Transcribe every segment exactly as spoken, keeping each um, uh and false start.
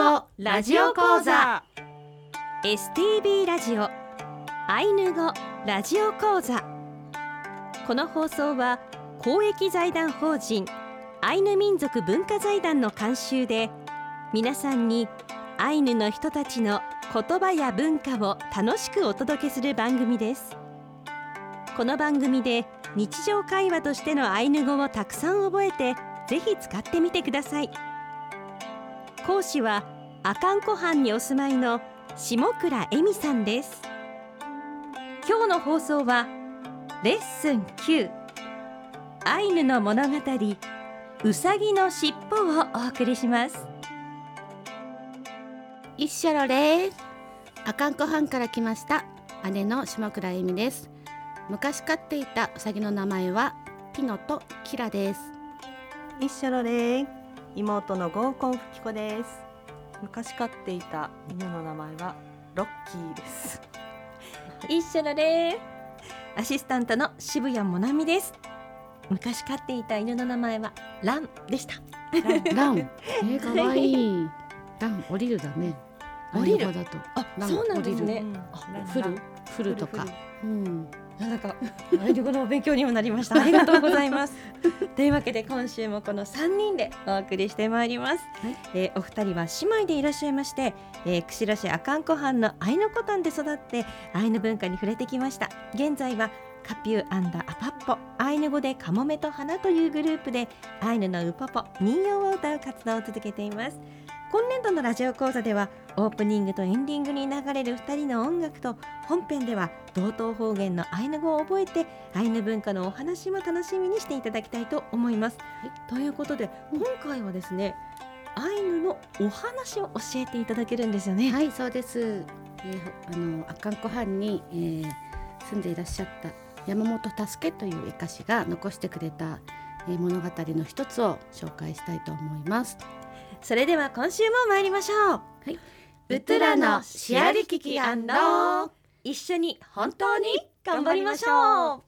語ラジオ講座エスティービー ラジオアイヌ語ラジオ講座。この放送は公益財団法人アイヌ民族文化財団の監修で、皆さんにアイヌの人たちの言葉や文化を楽しくお届けする番組です。この番組で日常会話としてのアイヌ語をたくさん覚えて、ぜひ使ってみてください。講師は阿寒湖畔にお住まいの下倉恵美さんです。今日の放送はレッスンきゅう、アイヌの物語うさぎのしっぽをお送りします。 一緒ろです。阿寒湖畔から来ました姉の下倉恵美です。昔飼っていたうさぎの名前はピノとキラです。 一緒ろです。妹の合コンふきこです。昔飼っていた犬の名前はロッキーです。 一緒ろです。アシスタントの渋谷もなみです。昔飼っていた犬の名前はランでした。 ラン、えー、かわいい。ラン、降りるだね。 降りるだと。 あ、そうなんですね。 フル、フルとか。うん。 なんかアイヌ語のお勉強にもなりました。ありがとうございます。というわけで今週もこのさんにんでお送りしてまいります。はい、えー、お二人は姉妹でいらっしゃいまして、えー、釧路市阿寒湖畔のアイヌコタンで育ってアイヌ文化に触れてきました。現在はカピュー&アパッポ、アイヌ語でカモメと花というグループでアイヌのウポポ、民謡を歌う活動を続けています。今年度のラジオ講座ではオープニングとエンディングに流れるふたりの音楽と、本編では道東方言のアイヌ語を覚えてアイヌ文化のお話も楽しみにしていただきたいと思います。はい、ということで今回はですね、アイヌのお話を教えていただけるんですよね。 はい、そうです。えー、あの阿寒湖畔に、えー、住んでいらっしゃった山本助という絵歌師が残してくれた、えー、物語の一つを紹介したいと思います。 それでは今週も参りましょう。はい、 ウトゥラのシアリキキアンロ一緒に本当に頑張りましょう。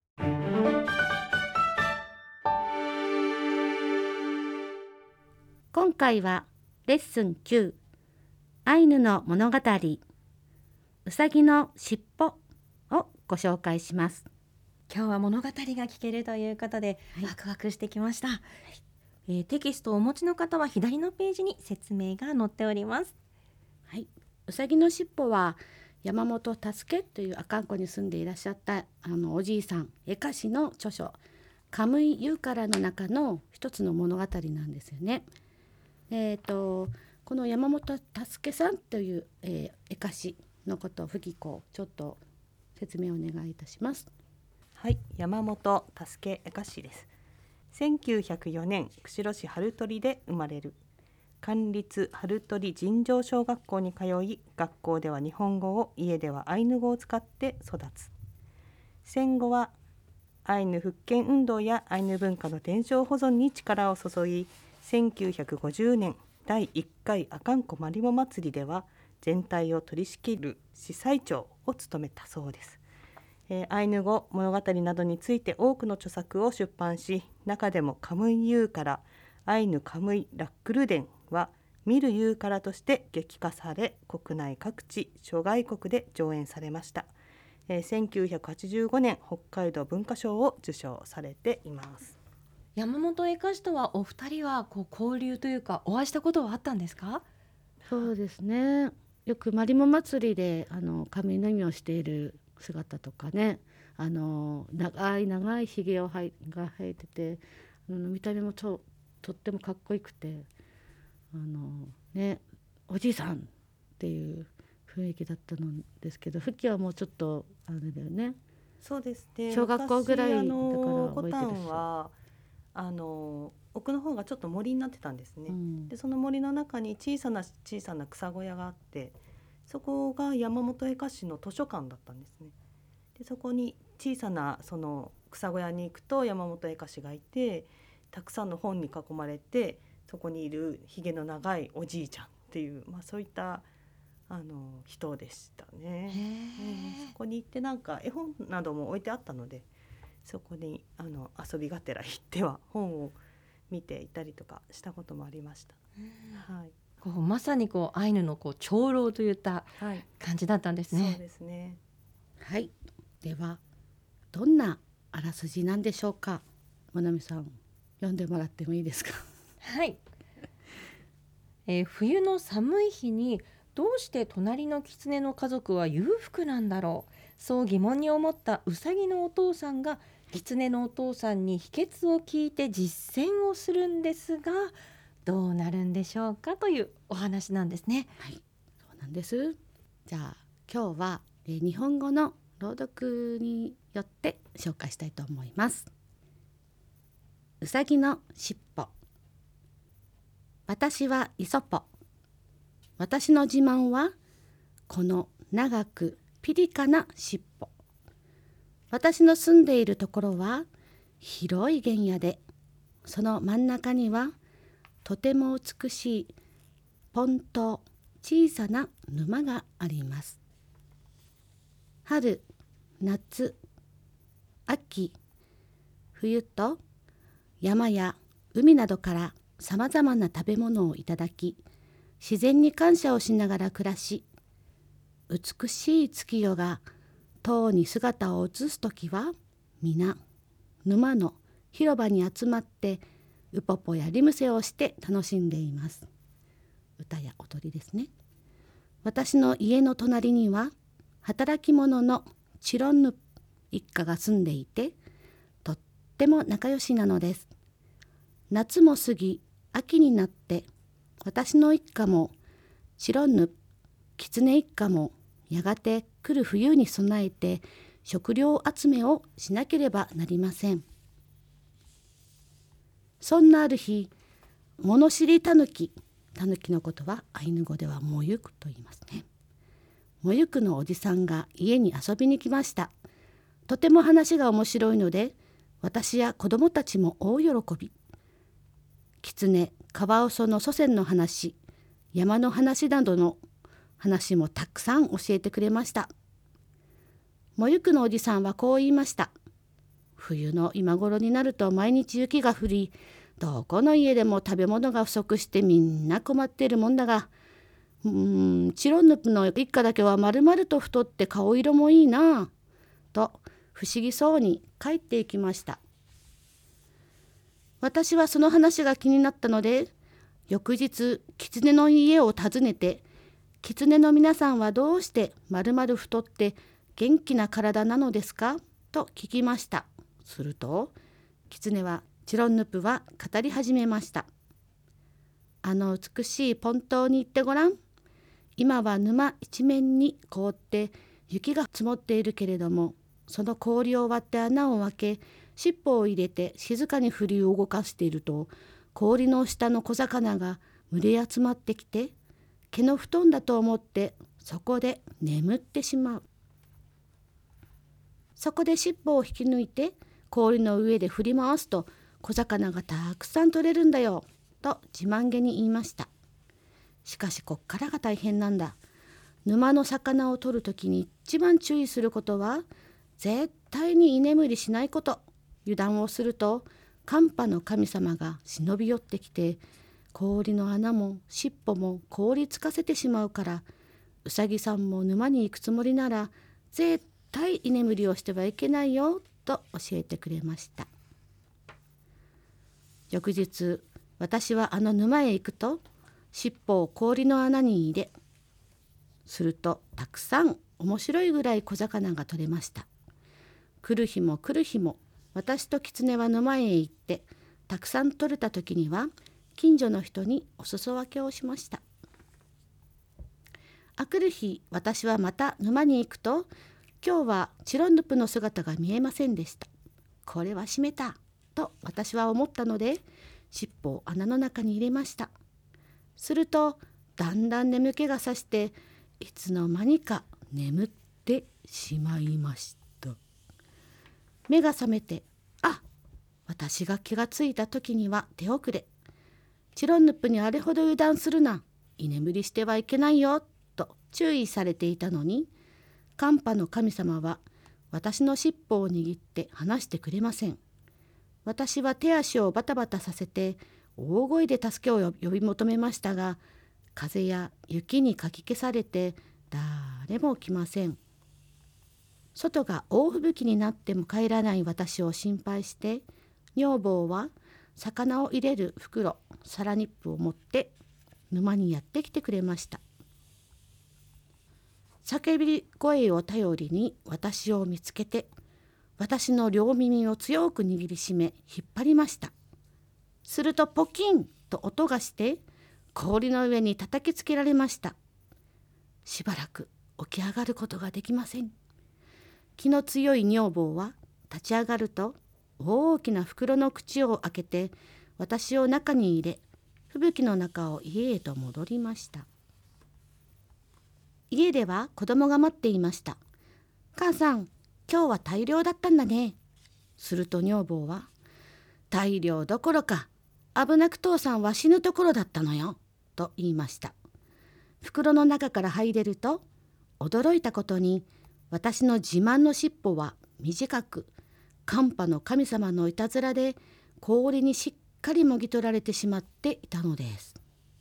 今回はレッスンきゅう、アイヌの物語うさぎのしっぽをご紹介します。 今日は物語が聞けるということで、はい、ワクワクしてきました。はい、えー、テキストをお持ちの方は左のページに説明が載っております。 はい、うさぎのしっぽは山本助という阿寒湖に住んでいらっしゃったあのおじいさん、絵歌師の著書カムイユーカラの中の一つの物語なんですよね。えーと、この山本助さんという、えー、絵歌師のことをふきこちょっと説明をお願いいたします。 はい、山本助絵歌師です。せんきゅうひゃくよねん釧路市春取で生まれる。官立春取尋常小学校に通い、学校では日本語を、家ではアイヌ語を使って育つ。戦後はアイヌ復権運動やアイヌ文化の伝承保存に力を注い、せんきゅうひゃくごじゅうねんだいいっかい阿寒湖まりも祭りでは全体を取り仕切る司祭長を務めたそうです。えー、アイヌ語物語などについて多くの著作を出版し、中でもカムイユーカラ、アイヌカムイラックルデンは見るユーカラとして劇化され、国内各地諸外国で上演されました。えー、せんきゅうひゃくはちじゅうごねん北海道文化賞を受賞されています。 山本絵歌師とはお二人はこう交流というかお会いしたことはあったんですか？ そうですね、よくまりも祭りであの髪のみをしている姿とかね、あの長い長いひげをはが生えてて、あの見た目もととってもかっこよくて、あの、ね、おじいさんっていう雰囲気だったのですけど、ふきはもうちょっとあれだよね。 そうですね、 小学校ぐらいだから覚えてるし、 るはあの奥の方がちょっと森になってたんですね。うん、でその森の中に小さな小さな草小屋があって、そこが山本絵歌師の図書館だったんですね。でそこに小さなその草小屋に行くと山本絵歌師がいて、たくさんの本に囲まれて、そこにいるひげの長いおじいちゃんっていう、まあ、そういったあの人でしたね。うん、そこに行ってなんか絵本なども置いてあったので、そこにあの遊びがてら行っては本を見ていたりとかしたこともありました。はい、 こうまさにこうアイヌのこう長老といったはい感じだったんですね。 そうですね。 はい、ではどんなあらすじなんでしょうか。まなみさん、読んでもらってもいいですか。 はい、えー冬の寒い日にどうして隣の狐の家族は裕福なんだろう、そう疑問に思ったウサギのお父さんが狐のお父さんに秘訣を聞いて実践をするんですが、どうなるんでしょうかというお話なんですね。 はい、そうなんです。じゃあ今日は、えー日本語の朗読によって紹介したいと思います。うさぎのしっぽ。私はイソポ。私の自慢はこの長くピリカなしっぽ。私の住んでいるところは広い原野で、その真ん中にはとても美しいポン島、小さな沼があります。春、夏、秋、冬と山や海などからさまざまな食べ物をいただき、自然に感謝をしながら暮らし、美しい月夜が塔に姿を映すときは、皆沼の広場に集まってウポポやリムセをして楽しんでいます。歌や踊りですね。私の家の隣には働き者のチロンヌ一家が住んでいて、とっても仲良しなのです。夏も過ぎ秋になって、私の一家もチロンヌ、キツネ一家もやがて来る冬に備えて食料集めをしなければなりません。そんなある日、物知りタヌキ、タヌキのことはアイヌ語ではモユクと言いますね。モユクのおじさんが家に遊びに来ました。とても話が面白いので、私や子供たちも大喜び。キツネ、カワウソの祖先の話、山の話などの話もたくさん教えてくれました。モユクのおじさんはこう言いました。冬の今頃になると毎日雪が降り、どこの家でも食べ物が不足してみんな困っているもんだが、うーん、チロンヌプの一家だけはまるまると太って顔色もいいなあと不思議そうに帰っていきました。私はその話が気になったので、翌日狐の家を訪ねて、狐の皆さんはどうしてまるまる太って元気な体なのですかと聞きました。すると狐はチロンヌプは語り始めました。あの美しいポン島に行ってごらん。今は沼一面に凍って雪が積もっているけれども、その氷を割って穴を開け、尻尾を入れて静かに振りを動かしていると、氷の下の小魚が群れ集まってきて、毛の布団だと思ってそこで眠ってしまう。そこで尻尾を引き抜いて氷の上で振り回すと、小魚がたくさん取れるんだよと自慢げに言いました。しかしこっからが大変なんだ。沼の魚を取るときに一番注意することは、絶対に居眠りしないこと。油断をすると寒波の神様が忍び寄ってきて、氷の穴も尻尾も凍りつかせてしまうから、うさぎさんも沼に行くつもりなら絶対居眠りをしてはいけないよと教えてくれました。翌日、私はあの沼へ行くと、尻尾を氷の穴に入れ、するとたくさん面白いぐらい小魚が取れました。来る日も来る日も私と狐は沼へ行って、たくさん取れた時には近所の人にお裾分けをしました。あくる日、私はまた沼に行くと、今日はチロンヌプの姿が見えませんでした。これは閉めたと私は思ったので、尻尾を穴の中に入れました。するとだんだん眠気がさして、いつの間にか眠ってしまいました。目が覚めて、あ、私が気がついた時には手遅れ。チロンヌプにあれほど油断するな、居眠りしてはいけないよと注意されていたのに、寒波の神様は私の尻尾を握って離してくれません。私は手足をバタバタさせて大声で助けを呼び求めましたが、 風や雪にかき消されて誰も来ません。外が大吹雪になっても帰らない私を心配して、女房は魚を入れる袋、サラニップを持って沼にやってきてくれました。叫び声を頼りに私を見つけて、私の両耳を強く握りしめ引っ張りました。するとポキンと音がして氷の上に叩きつけられました。しばらく起き上がることができません。気の強い女房は立ち上がると大きな袋の口を開けて私を中に入れ、吹雪の中を家へと戻りました。家では子供が待っていました。母さん、今日は大漁だったんだね。すると女房は、大漁どころか危なく父さんは死ぬところだったのよと言いました。袋の中から入れると驚いたことに、私の自慢の尻尾は短く、寒波の神様のいたずらで氷にしっかりもぎ取られてしまっていたのです。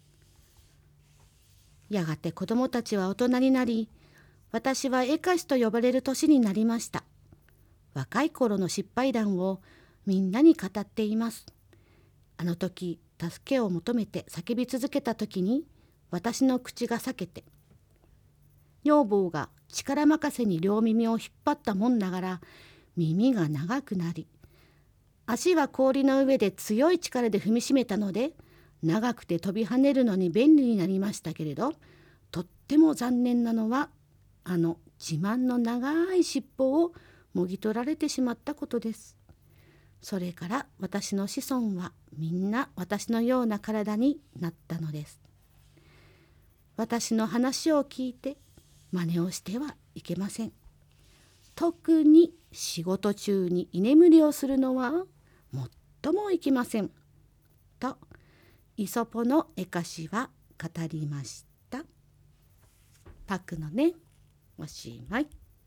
やがて子供たちは大人になり、私は絵歌師と呼ばれる年になりました。若い頃の失敗談をみんなに語っています。あの時助けを求めて叫び続けた時に私の口が裂けて、女房が力任せに両耳を引っ張ったもんながら耳が長くなり、足は氷の上で強い力で踏みしめたので、長くて飛び跳ねるのに便利になりましたけれど、とっても残念なのはあの自慢の長い尻尾をもぎ取られてしまったことです。それから私の子孫はみんな私のような体になったのです。私の話を聞いて真似をしてはいけません。特に仕事中に居眠りをするのはもっともいけません。とイソポの絵歌詞は語りました。パクのね、おしまい。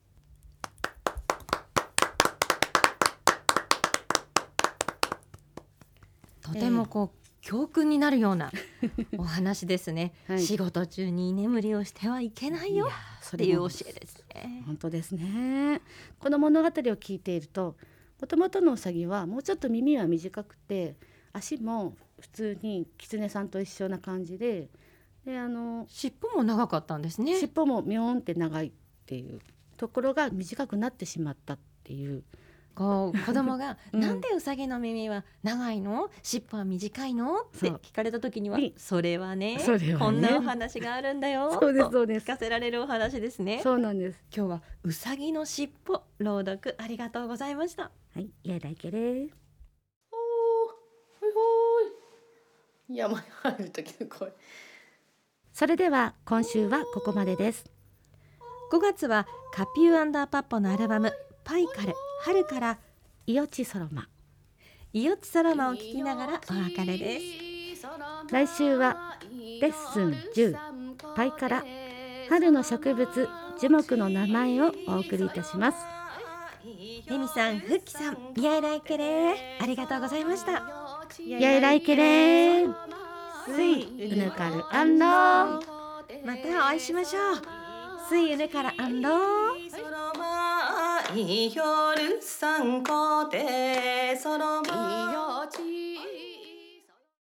とてもこう、えー教訓になるようなお話ですね、はい、仕事中に居眠りをしてはいけないよっていう教えですね。 本当ですね。この物語を聞いていると、もともとのウサギはもうちょっと耳は短くて、足も普通にキツネさんと一緒な感じで、であの尻尾も長かったんですね。 尻尾もミョーンって長いっていうところが短くなってしまったっていう、 こう子供が、うん、なんでウサギの耳は長いの、尻尾は短いのって聞かれた時には、それはね、それはね、こんなお話があるんだよそうですそうです聞かせられるお話ですね。 そうなんです。 今日はウサギの尻尾朗読ありがとうございました。 はい、やだけれ。 おー、ほいほーい。山に入る時の声。 それでは今週はここまでです。 ごがつはカピューアンダーパッポのアルバムパイカル春からイヨチソロマイヨチソロマを聴きながらお別れです。 来週はレッスンじゅうパイから春の植物樹木の名前をお送りいたします。 レミさん、フッキさん、やいらいけれー、ありがとうございました。 やいらいけれー、スイウヌカルアンロー、 またお会いしましょう。スイウヌカルアンロー。 いよるさんこでそろば